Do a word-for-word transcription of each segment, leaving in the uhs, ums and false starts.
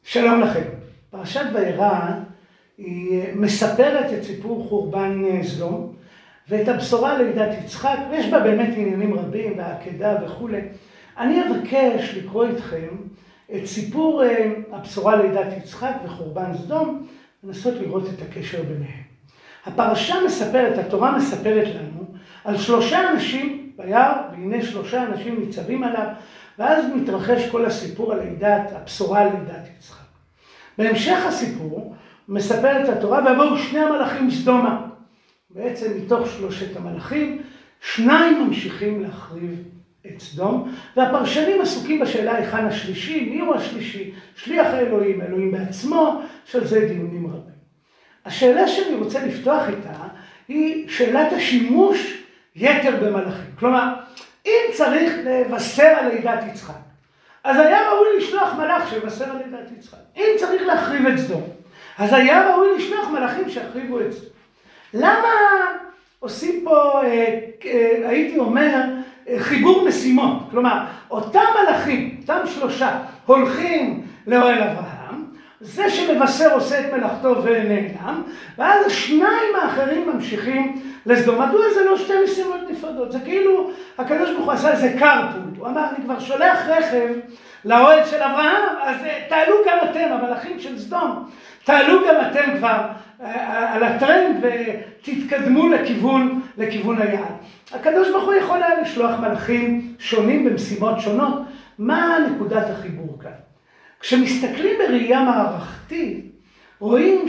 שלום לכם. פרשת וירא היא מספרת את סיפור חורבן סדום ואת הבשורה לידת יצחק, ויש בה באמת עניינים רבים והעקדה וכו'. אני אבקש לקרוא איתכם את סיפור הבשורה לידת יצחק וחורבן סדום, לנסות לראות את הקשר ביניהם. הפרשה מספרת, התורה מספרת לנו על שלושה אנשים ביער, והנה שלושה אנשים ניצבים עליו, ואז מתרחש כל הסיפור על לידת, הבשורה לידת יצחק. בהמשך הסיפור מספרת התורה, ויבואו שני המלאכים סדומה. בעצם מתוך שלושת המלאכים, שניים ממשיכים להחריב את סדום, והפרשנים עסוקים בשאלה היכן השלישי, מי הוא השלישי, שליח האלוהים, אלוהים בעצמו, של זה דיונים רבים. השאלה שאני רוצה לפתוח איתה היא שאלת השימוש יתר במלאכים. כלומר, אם צריך לבשר על לידת יצחק, אז היה ראוי לשלוח מלאך שיבשר על לידת יצחק. אם צריך להחריב את סדום, אז היה ראוי לשלוח מלאכים שיחריבו את סדום. למה עושים פה, אה, אה, הייתי אומר, אה, חיבור משימות? כלומר, אותם מלאכים, אותם שלושה, הולכים לאוהל אברהם, זה שמבשר עושה את מלאכתו ונעלם, ואז השניים האחרים ממשיכים לסדום. מדוע זה לא שתי משימות נפרדות? זה כאילו, הקדוש ברוך הוא עשה איזה קרפול. הוא אמר, אני כבר שולח רכב לאוהל של אברהם, אז תעלו גם אתם, המלאכים של סדום, תעלו גם אתם כבר על הטרנד ותתקדמו לכיוון, לכיוון היעד. הקדוש ברוך הוא יכול היה לשלוח מלאכים שונים במשימות שונות. מה נקודת החיבור כאן? כשמסתכלים בראייה מערכתית, רואים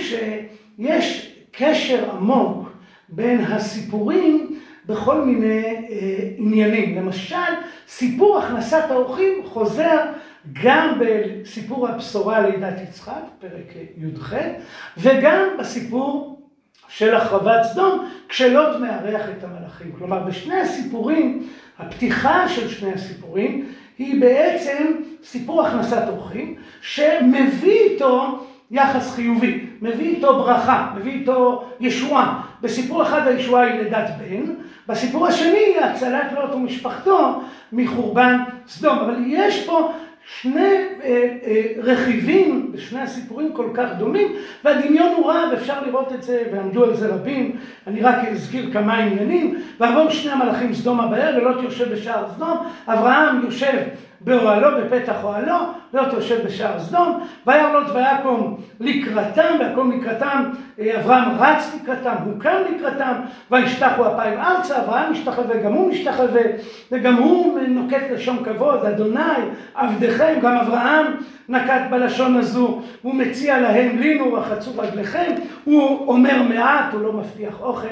שיש קשר עמוק בין הסיפורים בכל מיני אה, עניינים. למשל, סיפור הכנסת האורחים חוזר גם בסיפור הבשורה לידת יצחק, פרק י"ח, וגם בסיפור של החרבת סדום, כשלוט מארח את המלאכים. כלומר, בשני הסיפורים, הפתיחה של שני הסיפורים, היא בעצם סיפור הכנסת אורחים, שמביא איתו יחס חיובי, מביא איתו ברכה, מביא איתו ישועה. בסיפור אחד הישועה היא לידת בן, בסיפור השני היא הצלת לוט ומשפחתו מחורבן סדום. אבל יש פה שני אה, אה, רכיבים בשני הסיפורים כל כך דומים, והדמיון הוא רב, אפשר לראות את זה, ועמדו על זה רבים. אני רק אזכיר כמה עניינים. ועבור שני המלאכים סדומה בערב, ולוט יושב בשער סדום, אברהם יושב באוהלו, בפתח אוהלו, לוט יושב בשער סדום, וירא לוט ויקום לקראתם, ויקום לקראתם, אברהם רץ לקראתם, הוא קם לקראתם, וישתחו אפיים ארצה, אברהם משתחווה, גם הוא משתחווה, וגם הוא נוקט לשון כבוד, אדוני עבדכם. גם אברהם נקט בלשון הזו, הוא מציע להם, לינו רחצו רגליכם, הוא אומר מעט, הוא לא מבטיח אוכל,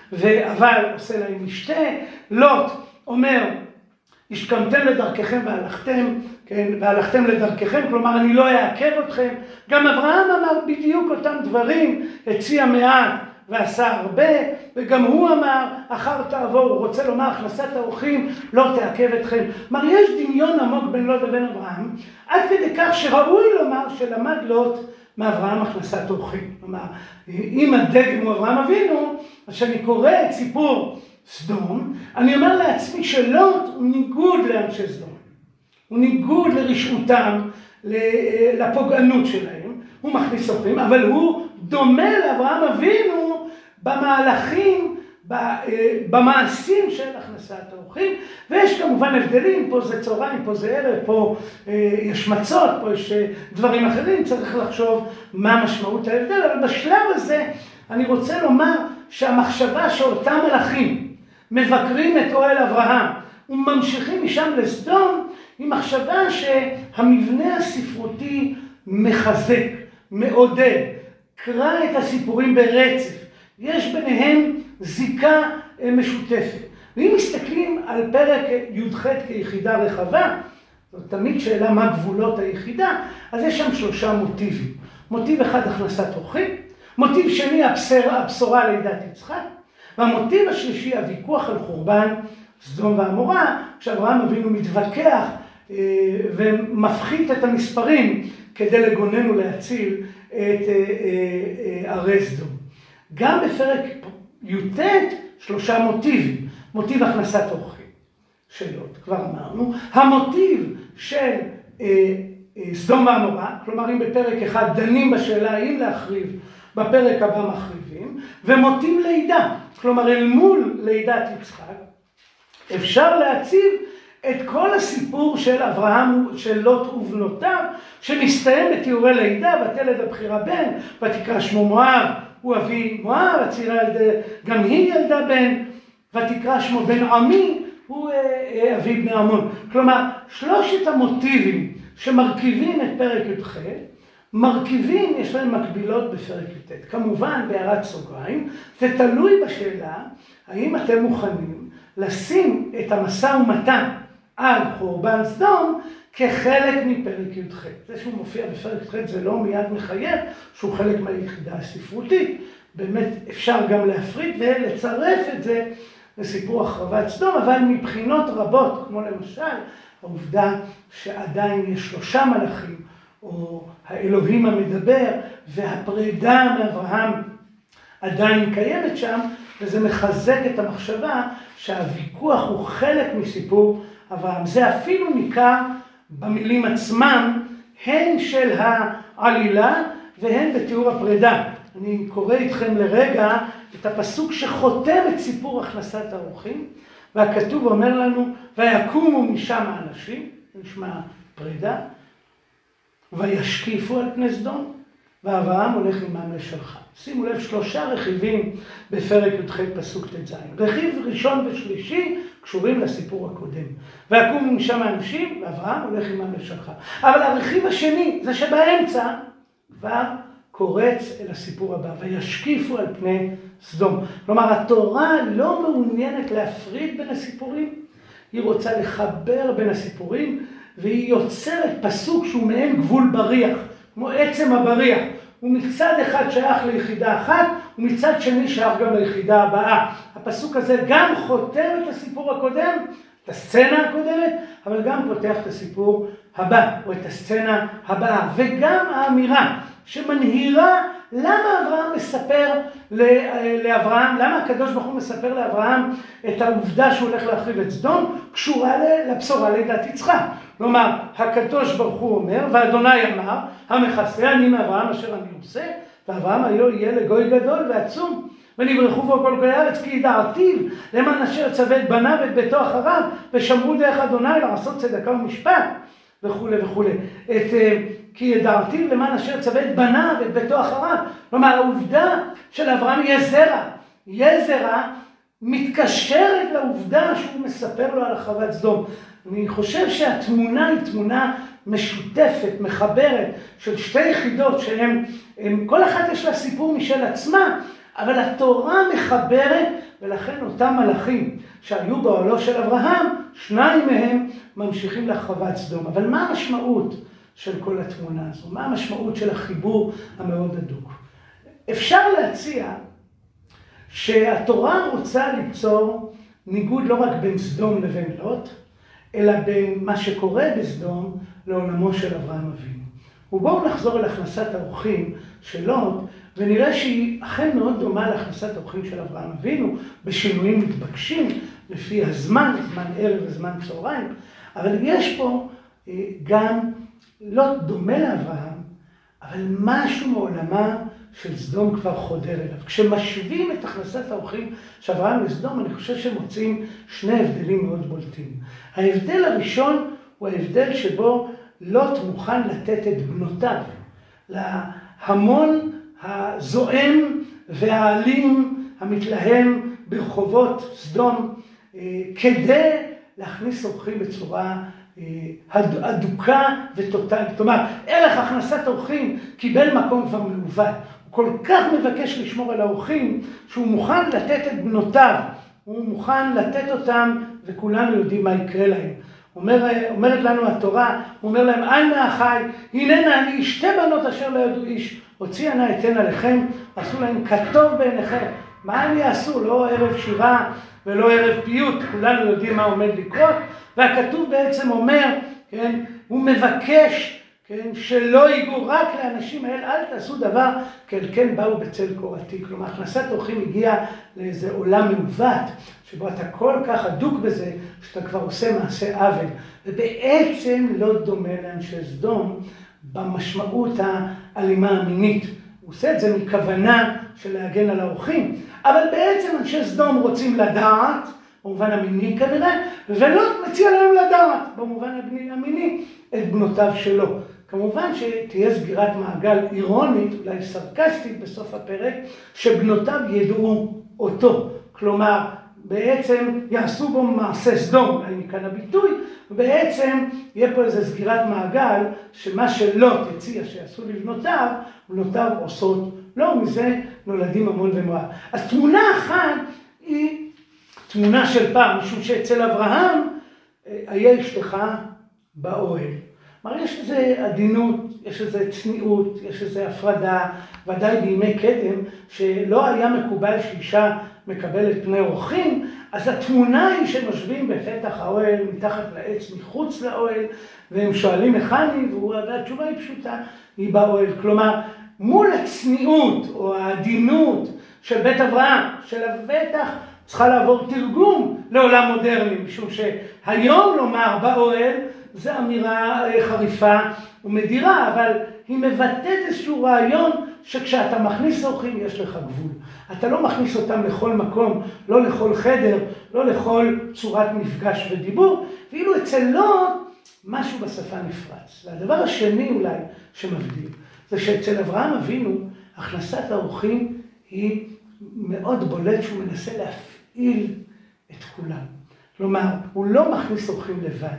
אבל עושה להם משתה. לוט אומר, השכמתם לדרככם והלכתם, כן, והלכתם לדרככם, כלומר אני לא אעכב אתכם. גם אברהם אמר בדיוק אותם דברים, הציע מעט ועשה הרבה, וגם הוא אמר, אחר תעבור, הוא רוצה לומר, הכנסת האורחים לא תעכב אתכם. כלומר, יש דמיון עמוק בין לוט לבין אברהם, עד כדי כך שראוי לומר שלמד לוט מאברהם הכנסת אורחים. כלומר, אם הדגם הוא אברהם אבינו, אז שאני קורא את סיפור סדום, אני אומר לעצמי שלוט הוא ניגוד לאנשי סדום. הוא ניגוד לרשעותם, לפוגענות שלהם. הוא מכניס אורחים, אבל הוא דומה לאברהם אבינו במהלכים, במעשים של הכנסת האורחים. ויש כמובן הבדלים, פה זה צהריים, פה זה ערב, פה יש מצות, פה יש דברים אחרים, צריך לחשוב מה משמעות ההבדל. אבל בשלב הזה אני רוצה לומר שהמחשבה שאותם מלאכים מבקרים את אוהל אברהם וממשיכים משם לסדום, היא מחשבה שהמבנה הספרותי מחזק, מעודד, קרא את הסיפורים ברצף, יש ביניהם זיקה משותפת. ואם מסתכלים על פרק י"ח כיחידה רחבה, זאת תמיד שאלה מה גבולות היחידה, אז יש שם שלושה מוטיבים. מוטיב אחד, הכנסת אורחים, מוטיב שני, הבשר, הבשורה לידת יצחק, והמוטיב השלישי, הוויכוח על חורבן סדום ועמורה, כשאברהם אבינו מתווכח אה, ומפחית את המספרים כדי לגונן ולהציל את אה, אה, ערי סדום. גם בפרק י"ט שלושה מוטיבים. מוטיב הכנסת אורחים של לוט, כבר אמרנו. המוטיב של אה, סדום ועמורה, כלומר אם בפרק אחד דנים בשאלה האם להחריב, בפרק הבא מחריבים, ומוטיב לידה, כלומר אל מול לידת יצחק, אפשר להציב את כל הסיפור של אברהם, של לוט ובנותיו, שמסתיים בתיאורי לידה, ותלד הבכירה בן, ותקרא שמו מואב, הוא אבי מואב, הצעירה ילדה, גם היא ילדה בן, ותקרא שמו בן עמי, הוא אבי בני עמון. כלומר, שלושת המוטיבים שמרכיבים את פרק י"ח, מרכיבים, יש להם מקבילות בפרק י"ט. כמובן, בהערת סוגריים, זה תלוי בשאלה, האם אתם מוכנים לשים את המשא ומתן על חורבן סדום כחלק מפרק י"ח. זה שהוא מופיע בפרק י"ח זה לא מיד מחייב שהוא חלק מהיחידה הספרותית. באמת אפשר גם להפריד ולצרף את זה לסיפור החרבת סדום, אבל מבחינות רבות, כמו למשל העובדה שעדיין יש שלושה מלאכים, או האלוהים המדבר, והפרידה מאברהם עדיין קיימת שם, וזה מחזק את המחשבה שהוויכוח הוא חלק מסיפור אברהם. זה אפילו ניכר במילים עצמם, הן של העלילה והן בתיאור הפרידה. אני קורא איתכם לרגע את הפסוק שחותם את סיפור הכנסת האורחים, והכתוב אומר לנו, ויקומו משם האנשים, נשמע פרידה, וישקיפו על פני סדום, ואברהם הולך עמם לשלחה. שימו לב, שלושה רכיבים בפרק י"ח פסוק ט"ז. רכיב ראשון ושלישי קשורים לסיפור הקודם. ויקומו משם האנשים, ואברהם הולך עמם לשלחה. אבל הרכיב השני, זה שבאמצע, כבר קורץ אל הסיפור הבא, וישקיפו על פני סדום. כלומר, התורה לא מעוניינת להפריד בין הסיפורים, היא רוצה לחבר בין הסיפורים, והיא יוצרת פסוק שהוא מעין גבול בריח, כמו עצם הבריח. הוא מצד אחד שייך ליחידה אחת, ומצד שני שייך גם ליחידה הבאה. הפסוק הזה גם חותם את הסיפור הקודם, את הסצנה הקודמת, אבל גם פותח את הסיפור הבא, או את הסצנה הבאה. וגם האמירה שמנהירה למה אברהם מספר לאברהם, למה הקדוש ברוך הוא מספר לאברהם את העובדה שהוא הולך להחריב את סדום, קשורה לבשורה לידת יצחק. כלומר, הקדוש ברוך הוא אומר, ואדוני אמר, המכסה אני מאברהם אשר אני עושה, ואברהם היו יהיה לגוי גדול ועצום, ונברחו בו כל גוי הארץ, כי ידעתיו למען אשר צווה את בניו ואת ביתו אחריו, ושמרו דרך אדוני לעשות צדקה ומשפט, וכו' וכו'. את, כי ידעתיו למען אשר צווה את בניו ואת ביתו אחריו. כלומר, העובדה של אברהם יהיה זרע, יהיה זרע, מתקשרת לעובדה שהוא מספר לו על החרבת סדום. אני חושב שהתמונה היא תמונה משותפת, מחברת, של שתי יחידות שהן, כל אחת יש לה סיפור משל עצמה, אבל התורה מחברת, ולכן אותם מלאכים שהיו באוהלו של אברהם, שניים מהם ממשיכים לחרבת סדום. אבל מה המשמעות של כל התמונה הזו? מה המשמעות של החיבור המאוד הדוק? אפשר להציע שהתורה רוצה ליצור ניגוד לא רק בין סדום לבין לוט, אלא בין מה שקורה בסדום לעולמו של אברהם אבינו. ובואו נחזור אל הכנסת האורחים של לוט, ונראה שהיא אכן מאוד דומה להכנסת האורחים של אברהם אבינו, בשינויים מתבקשים לפי הזמן, זמן ערב וזמן צהריים, אבל יש פה גם לא דומה לאברהם, אבל משהו מעולמה של סדום כבר חודר אליו. כשמשווים את הכנסת האורחים של אברהם לסדום, אני חושב שמוצאים שני הבדלים מאוד בולטים. ההבדל הראשון הוא ההבדל שבו לוט מוכן לתת את בנותיו להמון הזועם והאלים המתלהם ברחובות סדום, כדי להכניס אורחים בצורה אדוקה וטוטלית. כלומר, ערך הכנסת אורחים קיבל מקום כבר מעוות. הוא כל כך מבקש לשמור על האורחים, שהוא מוכן לתת את בנותיו, הוא מוכן לתת אותם, וכולנו יודעים מה יקרה להם. אומר, אומרת לנו התורה, הוא אומר להם, אל נא אחי, הננה אני שתי בנות אשר לא ידעו איש, הוציאה נא אתן עליכם, עשו להם כטוב בעיניכם. מה הם יעשו? לא ערב שירה ולא ערב פיוט, כולנו יודעים מה עומד לקרות, והכתוב בעצם אומר, כן, הוא מבקש כן, שלא ייגעו רק לאנשים האלה, אל תעשו דבר, כן, כן באו בצל קורתי. כלומר, הכנסת אורחים הגיעה לאיזה עולם מעוות, שבו אתה כל כך הדוק בזה, שאתה כבר עושה מעשה עוול. ובעצם לא דומה לאנשי סדום במשמעות האלימה המינית. הוא עושה את זה מכוונה של להגן על האורחים, אבל בעצם אנשי סדום רוצים לדעת, במובן המיני כנראה, ולא מציע להם לדעת, במובן המיני, את בנותיו שלו. כמובן שתהיה סגירת מעגל אירונית, אולי סרקסטית בסוף הפרק, שבנותיו ידעו אותו. כלומר, בעצם יעשו בו מעשה סדום, אולי מכאן הביטוי, ובעצם יהיה פה איזו סגירת מעגל, שמה שלא תציע שיעשו לבנותיו, בנותיו עושות לא, ומזה נולדים המון ומואב. אז תמונה אחת היא תמונה של פעם, משום שאצל אברהם היה אשתך באוהל. כלומר, יש איזו עדינות, יש איזו צניעות, יש איזו הפרדה, ודאי בימי קדם, שלא היה מקובל שאישה מקבלת פני אורחים, אז התמונה היא שנושבים בפתח האוהל, מתחת לעץ, מחוץ לאוהל, והם שואלים מכני, והתשובה היא פשוטה, היא באוהל. כלומר, מול הצניעות או העדינות של בית אברהם, של לבטח, צריכה לעבור תרגום לעולם מודרני, משום שהיום לומר באוהל, זו אמירה חריפה ומדירה, אבל היא מבטאת איזשהו רעיון שכשאתה מכניס אורחים יש לך גבול. אתה לא מכניס אותם לכל מקום, לא לכל חדר, לא לכל צורת מפגש ודיבור, ואילו אצל לוט משהו בשפה נפרץ. והדבר השני אולי שמבדיל, זה שאצל אברהם אבינו, הכנסת האורחים היא מאוד בולט שהוא מנסה להפעיל את כולם. כלומר, הוא לא מכניס אורחים לבד.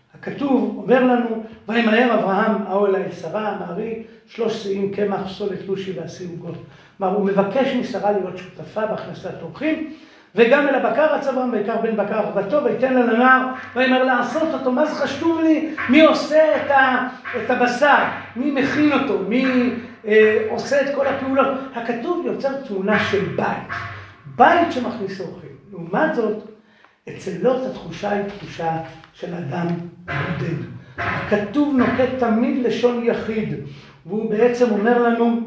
הכתוב אומר לנו, וימהר אברהם האוהל אל שרה, מארי שלוש שאים קמח, סולת לושי ועשי עוגות. כלומר, הוא מבקש משרה להיות שותפה בהכנסת אורחים, וגם אל הבקר רץ אברהם ויקח בן בקר ערבתו, ויתן לה לנער, ויאמר לעשות אותו. מה זה חשוב לי? מי עושה את, ה, את הבשר? מי מכין אותו? מי אה, עושה את כל הפעולות? הכתוב יוצר תמונה של בית. בית שמכניס אורחים. לעומת זאת, אצל לוט התחושה היא תחושה של אדם בודד. הכתוב נוקט תמיד לשון יחיד, והוא בעצם אומר לנו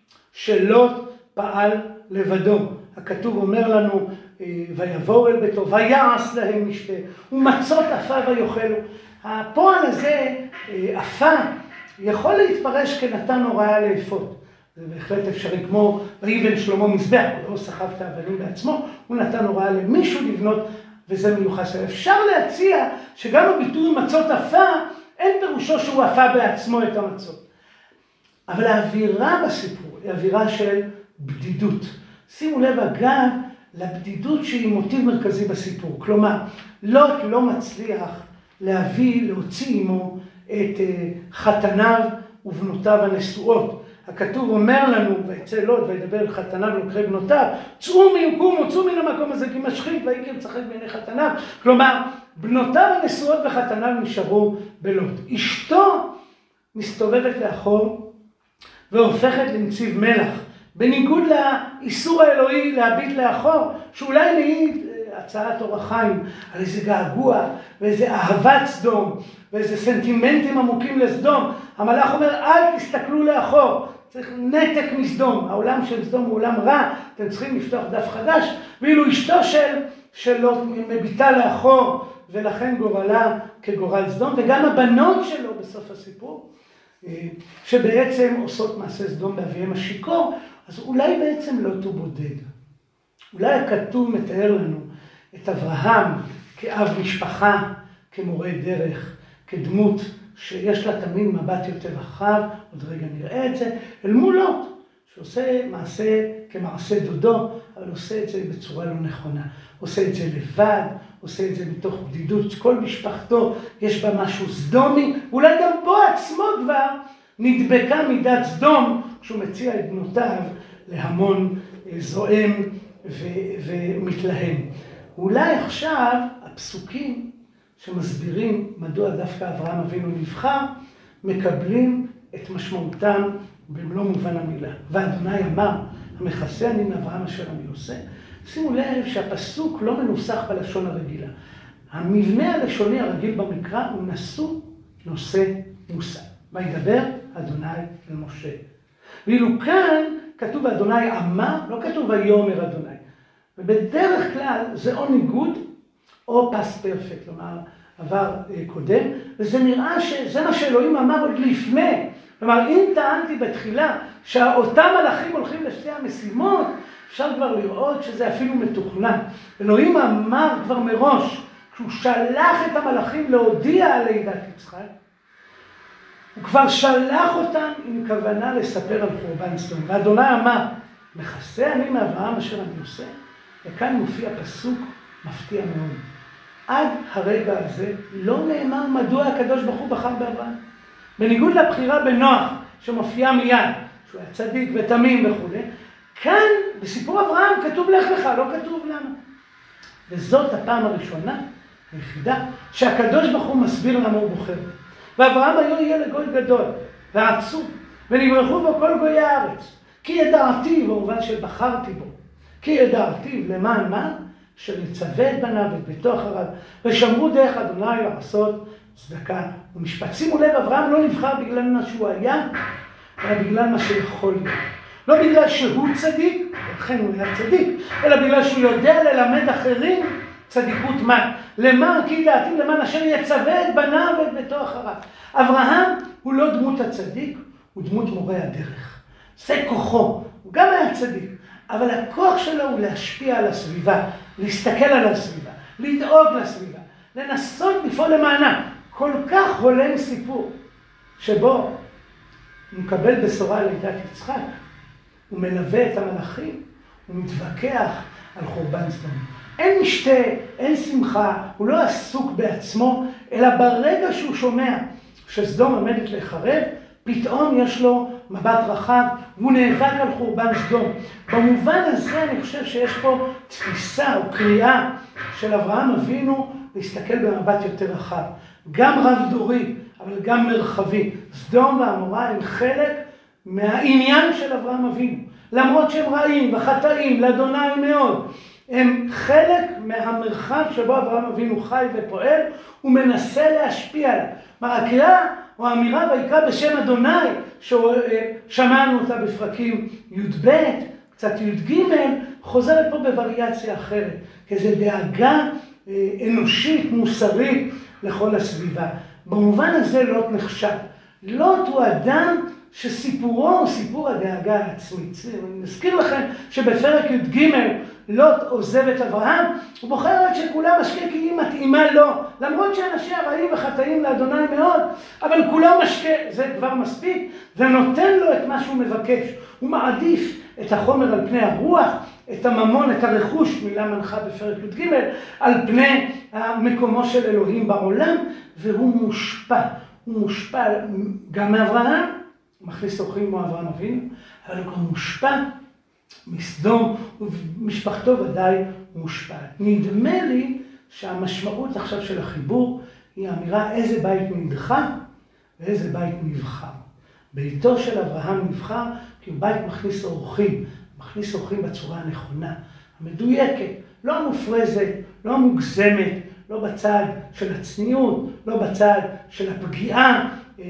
שלוט פעל לבדו. הכתוב אומר לנו, ויבואו אל ביתו, ויעש להם משתה, ומצות אפה ויאכלו. הפועל הזה, אפה, יכול להתפרש כנתן הוראה לאפות. זה בהחלט אפשרי, כמו ויבן שלמה מזבח, הוא לא סחב את האבנים בעצמו, הוא נתן הוראה למישהו לבנות, וזה מיוחס. אפשר להציע שגם הביטוי מצות אפה, אין פירושו שהוא אפה בעצמו את המצות. אבל האווירה בסיפור היא אווירה של בדידות. שימו לב אגב לבדידות שהיא מוטיב מרכזי בסיפור. כלומר, לוט לא מצליח להביא, להוציא עמו את חתניו ובנותיו הנשואות. הכתוב אומר לנו, ויצא לוט וידבר אל חתניו ולוקחי בנותיו, צאו מיקומו, צאו מן המקום הזה כי משחית, ויקם צחק בעיני חתניו. כלומר, בנותיו הנשואות וחתניו נשארו בלוט. אשתו מסתובבת לאחור והופכת לנציב מלח. בניגוד לאיסור האלוהי להביט לאחור, שאולי מעיד הצעת אור החיים על איזה געגוע ואיזה אהבת סדום ואיזה סנטימנטים עמוקים לסדום. המלאך אומר, אל תסתכלו לאחור, צריך נתק מסדום. העולם של סדום הוא עולם רע, אתם צריכים לפתוח דף חדש. ואילו אשתו של, שלו מביטה לאחור, ולכן גורלה כגורל סדום, וגם הבנות שלו בסוף הסיפור, שבעצם עושות מעשה סדום באביהם השיכור, אז אולי בעצם לא הוא בודד. אולי הכתוב מתאר לנו את אברהם כאב משפחה, כמורה דרך, כדמות שיש לה תמיד מבט יותר רחב, עוד רגע נראה את זה, אל מול לוט, שעושה מעשה כמעשה דודו, אבל עושה את זה בצורה לא נכונה. עושה את זה לבד, עושה את זה מתוך בדידות, כל משפחתו יש בה משהו סדומי, אולי גם בו עצמו כבר נדבקה מידת סדום, כשהוא מציע את בנותיו להמון זועם ו- ומתלהם. אולי עכשיו הפסוקים שמסבירים מדוע דווקא אברהם אבינו נבחר, מקבלים את משמעותם במלוא מובן המילה. ואדוני אמר, המכסה אני מאברהם אשר אני עושה. שימו לב שהפסוק לא מנוסח בלשון הרגילה. המבנה הלשוני הרגיל במקרא הוא נשוא נושא מושא. וידבר אדוני אל משה. ואילו כאן כתוב אדוני אמר, לא כתוב ויאמר אדוני. ובדרך כלל זה או ניגוד או פס פרפקט, כלומר עבר אה, קודם, וזה נראה שזה מה שאלוהים אמר עוד לפני. כלומר, אם טענתי בתחילה שאותם מלאכים הולכים לשתי המשימות, אפשר כבר לראות שזה אפילו מתוכנן. אלוהים אמר כבר מראש, כשהוא שלח את המלאכים להודיע על לידת יצחק, הוא כבר שלח אותם עם כוונה לספר על חורבן סדום. ואדוני אמר, מכסה אני מאברהם אשר אני עושה, וכאן מופיע פסוק מפתיע מאוד. עד הרגע הזה לא נאמר מדוע הקדוש ברוך הוא בחר באברהם. בניגוד לבחירה בנוח, שמופיעה מיד, שהוא היה צדיק ותמים וכו', כאן בסיפור אברהם כתוב לך לך, לא כתוב למה. וזאת הפעם הראשונה, היחידה, שהקדוש ברוך הוא מסביר למה הוא בוחר. ואברהם היום יהיה לגוי גדול ועצום, ונברכו בו כל גויי הארץ. כי ידעתי, במובן של בחרתי בו, כי ידעתי למען מה? שנצווה את בניו ואת ביתו אחריו, ושמרו דרך אדוני לעשות צדקה ומשפט. שימו לב, אברהם לא נבחר בגלל מה שהוא היה, אלא בגלל מה שיכול להיות. לא בגלל שהוא צדיק, לכן הוא היה צדיק, אלא בגלל שהוא יודע ללמד אחרים צדיקות מה. למען כי ידעתים למען אשר יצווה את בניו ואת ביתו אחריו. אברהם הוא לא דמות הצדיק, הוא דמות מורה הדרך. זה כוחו, הוא גם היה צדיק, אבל הכוח שלו הוא להשפיע על הסביבה, להסתכל על הסביבה, לדאוג לסביבה, לנסות לפעול למענה. כל כך הולם סיפור שבו הוא מקבל בשורה על לידת יצחק, הוא מלווה את המלאכים, הוא מתווכח על חורבן סדום. אין משתה, אין שמחה, הוא לא עסוק בעצמו, אלא ברגע שהוא שומע שסדום עומדת לחרב, פתאום יש לו מבט רחב, והוא נאבק על חורבן סדום. במובן הזה אני חושב שיש פה תפיסה או קריאה של אברהם אבינו להסתכל במבט יותר רחב. גם רב דורי, אבל גם מרחבי. סדום ועמורה הם חלק מהעניין של אברהם אבינו. למרות שהם רעים וחטאים לאדוני מאוד. הם חלק מהמרחב שבו אברהם אבינו חי ופועל, הוא מנסה להשפיע עליו. מה הקריאה או האמירה ויקרא בשם אדוני, ששמענו אותה בפרקים י"ב, קצת י"ג, חוזרת פה בווריאציה אחרת, כי זה דאגה אנושית, מוסרית לכל הסביבה. במובן הזה לוט נחשב. לוט הוא אדם שסיפורו הוא סיפור הדאגה העצמית. אני מזכיר לכם שבפרק י"ג לוט עוזב את אברהם, הוא בוחר רק שכולם משקה כי היא מתאימה לו, למרות שאנשיה רעים וחטאים לאדוני מאוד, אבל כולם משקה, זה כבר מספיק, ונותן לו את מה שהוא מבקש. הוא מעדיף את החומר על פני הרוח, את הממון, את הרכוש, מילה מנחה בפרק י"ג, על פני מקומו של אלוהים בעולם, והוא מושפע. הוא מושפע גם מאברהם, הוא מכניס אורחים כמו אברהם אבינו, אבל הוא גם מושפע מסדום, ומשפחתו ודאי מושפעת. נדמה לי שהמשמעות עכשיו של החיבור היא האמירה איזה בית נדחה ואיזה בית נבחר. ביתו של אברהם נבחר כי הוא בית מכניס אורחים, מכניס אורחים בצורה הנכונה, המדויקת, לא המופרזת, לא המוגזמת, לא בצד של הצניעות, לא בצד של הפגיעה,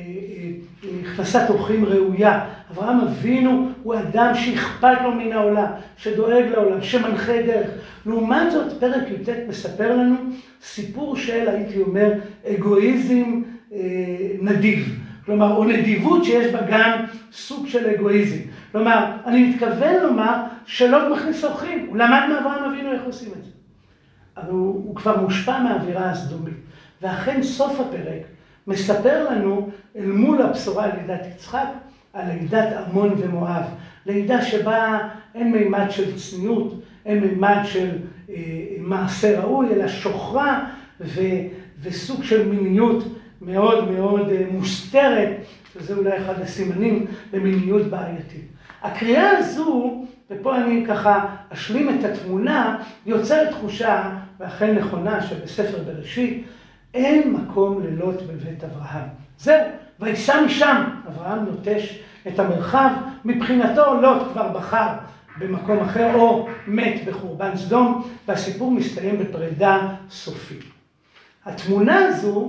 הכנסת אורחים ראויה. אברהם אבינו הוא אדם שאכפת לו מן העולם, שדואג לעולם, שמנחה דרך. לעומת זאת, פרק י"ט מספר לנו סיפור של, הייתי אומר, אגואיזם אה, נדיב. כלומר, או נדיבות שיש בה גם סוג של אגואיזם. כלומר, אני מתכוון לומר שלא מכניס אורחים. הוא למד מאברהם אבינו איך עושים את זה. אבל הוא, הוא כבר מושפע מהאווירה הסדומית. ואכן סוף הפרק מספר לנו אל מול הבשורה על לידת יצחק, על לידת עמון ומואב. לידה שבה אין מימד של צניעות, אין מימד של אה, מעשה ראוי, אלא שוחרה ו, וסוג של מיניות מאוד מאוד אה, מוסתרת, וזה אולי אחד הסימנים למיניות בעייתית. הקריאה הזו, ופה אני ככה אשלים את התמונה, יוצרת תחושה, ואכן נכונה, שבספר בראשית, אין מקום ללוט בבית אברהם. זהו, ויסע משם. אברהם נוטש את המרחב. מבחינתו לוט כבר בחר במקום אחר, או מת בחורבן סדום, והסיפור מסתיים בפרידה סופית. התמונה הזו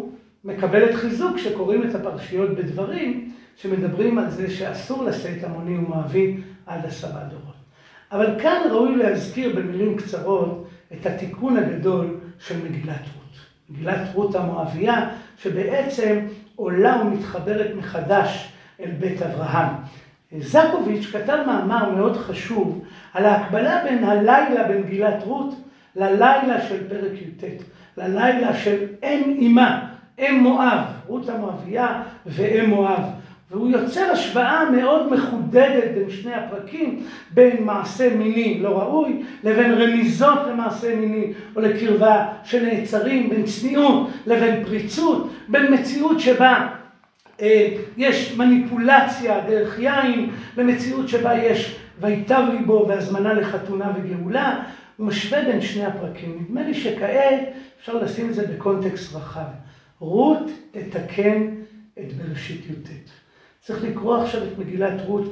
מקבלת חיזוק שקוראים את הפרשיות בדברים, שמדברים על זה שאסור לשאת עמוני ומואבי עד עשרה דורות. אבל כאן ראוי להזכיר במילים קצרות את התיקון הגדול של מגילת רות. מגילת רות המואביה, שבעצם עולה ומתחברת מחדש אל בית אברהם. זקוביץ' כתב מאמר מאוד חשוב על ההקבלה בין הלילה במגילת רות ללילה של פרק י"ט, ללילה של אם אימה, אם מואב, רות המואביה ואם מואב. והוא יוצר השוואה מאוד מחודדת בין שני הפרקים, בין מעשה מיני לא ראוי, לבין רמיזות למעשה מיני או לקרבה שנעצרים, בין צניעות לבין פריצות, בין מציאות שבה אה, יש מניפולציה דרך יין, למציאות שבה יש ויטב ליבו והזמנה לחתונה וגאולה. הוא משווה בין שני הפרקים. נדמה לי שכעת אפשר לשים את זה בקונטקסט רחב. רות תתקן את בראשית י"ט. צריך לקרוא עכשיו את מגילת רות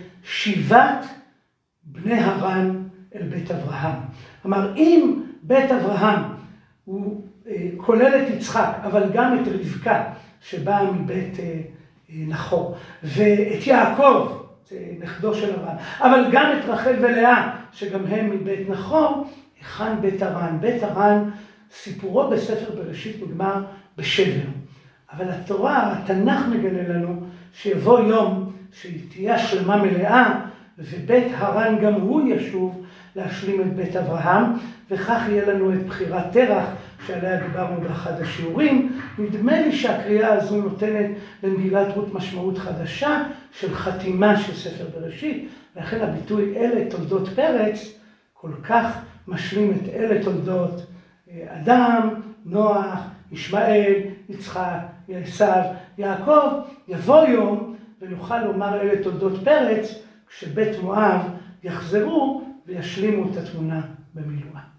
כשיבת בני הרן אל בית אברהם. כלומר, אם בית אברהם הוא אה, כולל את יצחק, אבל גם את רבקה שבאה מבית אה, נחור, ואת יעקב, נכדו של הרן, אבל גם את רחל ולאה, שגם הם מבית נחור, היכן בית הרן? בית הרן, סיפורו בספר בראשית נגמר בשבר. אבל התורה, התנ"ך מגלה לנו שיבוא יום שהיא תהיה השלמה מלאה, ובית הרן גם הוא ישוב להשלים את בית אברהם, וכך יהיה לנו את בחירת תרח שעליה דיברנו באחד השיעורים. נדמה לי שהקריאה הזו נותנת למגילת רות משמעות חדשה של חתימה של ספר בראשית, ולכן הביטוי אלה תולדות פרץ כל כך משלים את אלה תולדות אדם, נוח, ישמעאל, יצחק, עשיו, יעקב. יבוא יום ונוכל לומר אלה תולדות פרץ כשבית מואב יחזרו וישלימו את התמונה במילואה.